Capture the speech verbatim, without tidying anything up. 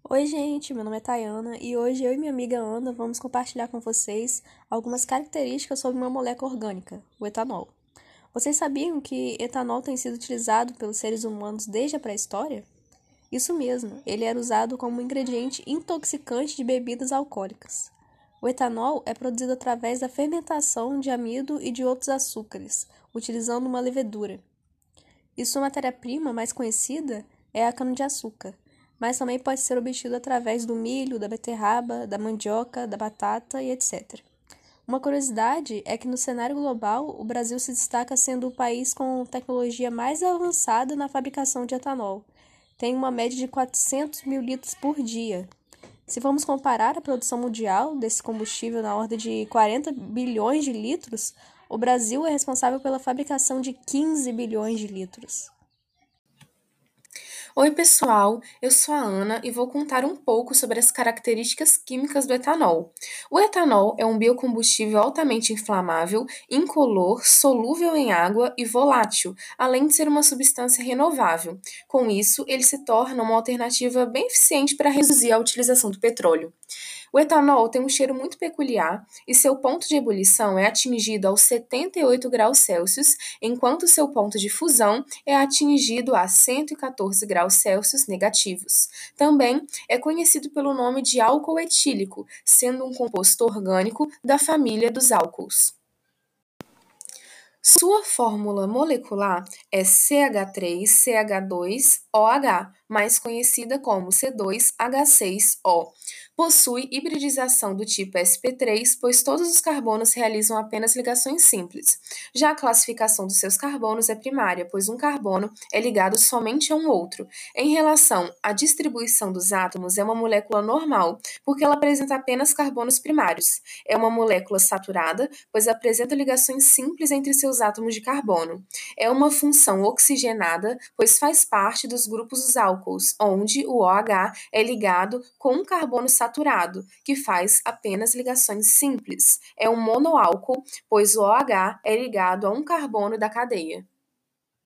Oi, gente, meu nome é Tayana e hoje eu e minha amiga Ana vamos compartilhar com vocês algumas características sobre uma molécula orgânica, o etanol. Vocês sabiam que etanol tem sido utilizado pelos seres humanos desde a pré-história? Isso mesmo, ele era usado como ingrediente intoxicante de bebidas alcoólicas. O etanol é produzido através da fermentação de amido e de outros açúcares, utilizando uma levedura. E sua matéria-prima mais conhecida é a cana-de-açúcar, mas também pode ser obtido através do milho, da beterraba, da mandioca, da batata e etcétera. Uma curiosidade é que no cenário global, o Brasil se destaca sendo o país com tecnologia mais avançada na fabricação de etanol. Tem uma média de quatrocentos mil litros por dia. Se formos comparar a produção mundial desse combustível na ordem de quarenta bilhões de litros, o Brasil é responsável pela fabricação de quinze bilhões de litros. Oi, pessoal, eu sou a Ana e vou contar um pouco sobre as características químicas do etanol. O etanol é um biocombustível altamente inflamável, incolor, solúvel em água e volátil, além de ser uma substância renovável. Com isso, ele se torna uma alternativa bem eficiente para reduzir a utilização do petróleo. O etanol tem um cheiro muito peculiar e seu ponto de ebulição é atingido aos setenta e oito graus Celsius, enquanto seu ponto de fusão é atingido a cento e quatorze graus Celsius negativos. Também é conhecido pelo nome de álcool etílico, sendo um composto orgânico da família dos álcools. Sua fórmula molecular é C H três C H dois O H, mais conhecida como C dois H seis O. Possui hibridização do tipo S P três, pois todos os carbonos realizam apenas ligações simples. Já a classificação dos seus carbonos é primária, pois um carbono é ligado somente a um outro. Em relação à distribuição dos átomos, é uma molécula normal, porque ela apresenta apenas carbonos primários. É uma molécula saturada, pois apresenta ligações simples entre seus átomos de carbono. É uma função oxigenada, pois faz parte dos grupos dos álcools, onde o OH é ligado com um carbono saturado, que faz apenas ligações simples. É um monoálcool, pois o OH é ligado a um carbono da cadeia.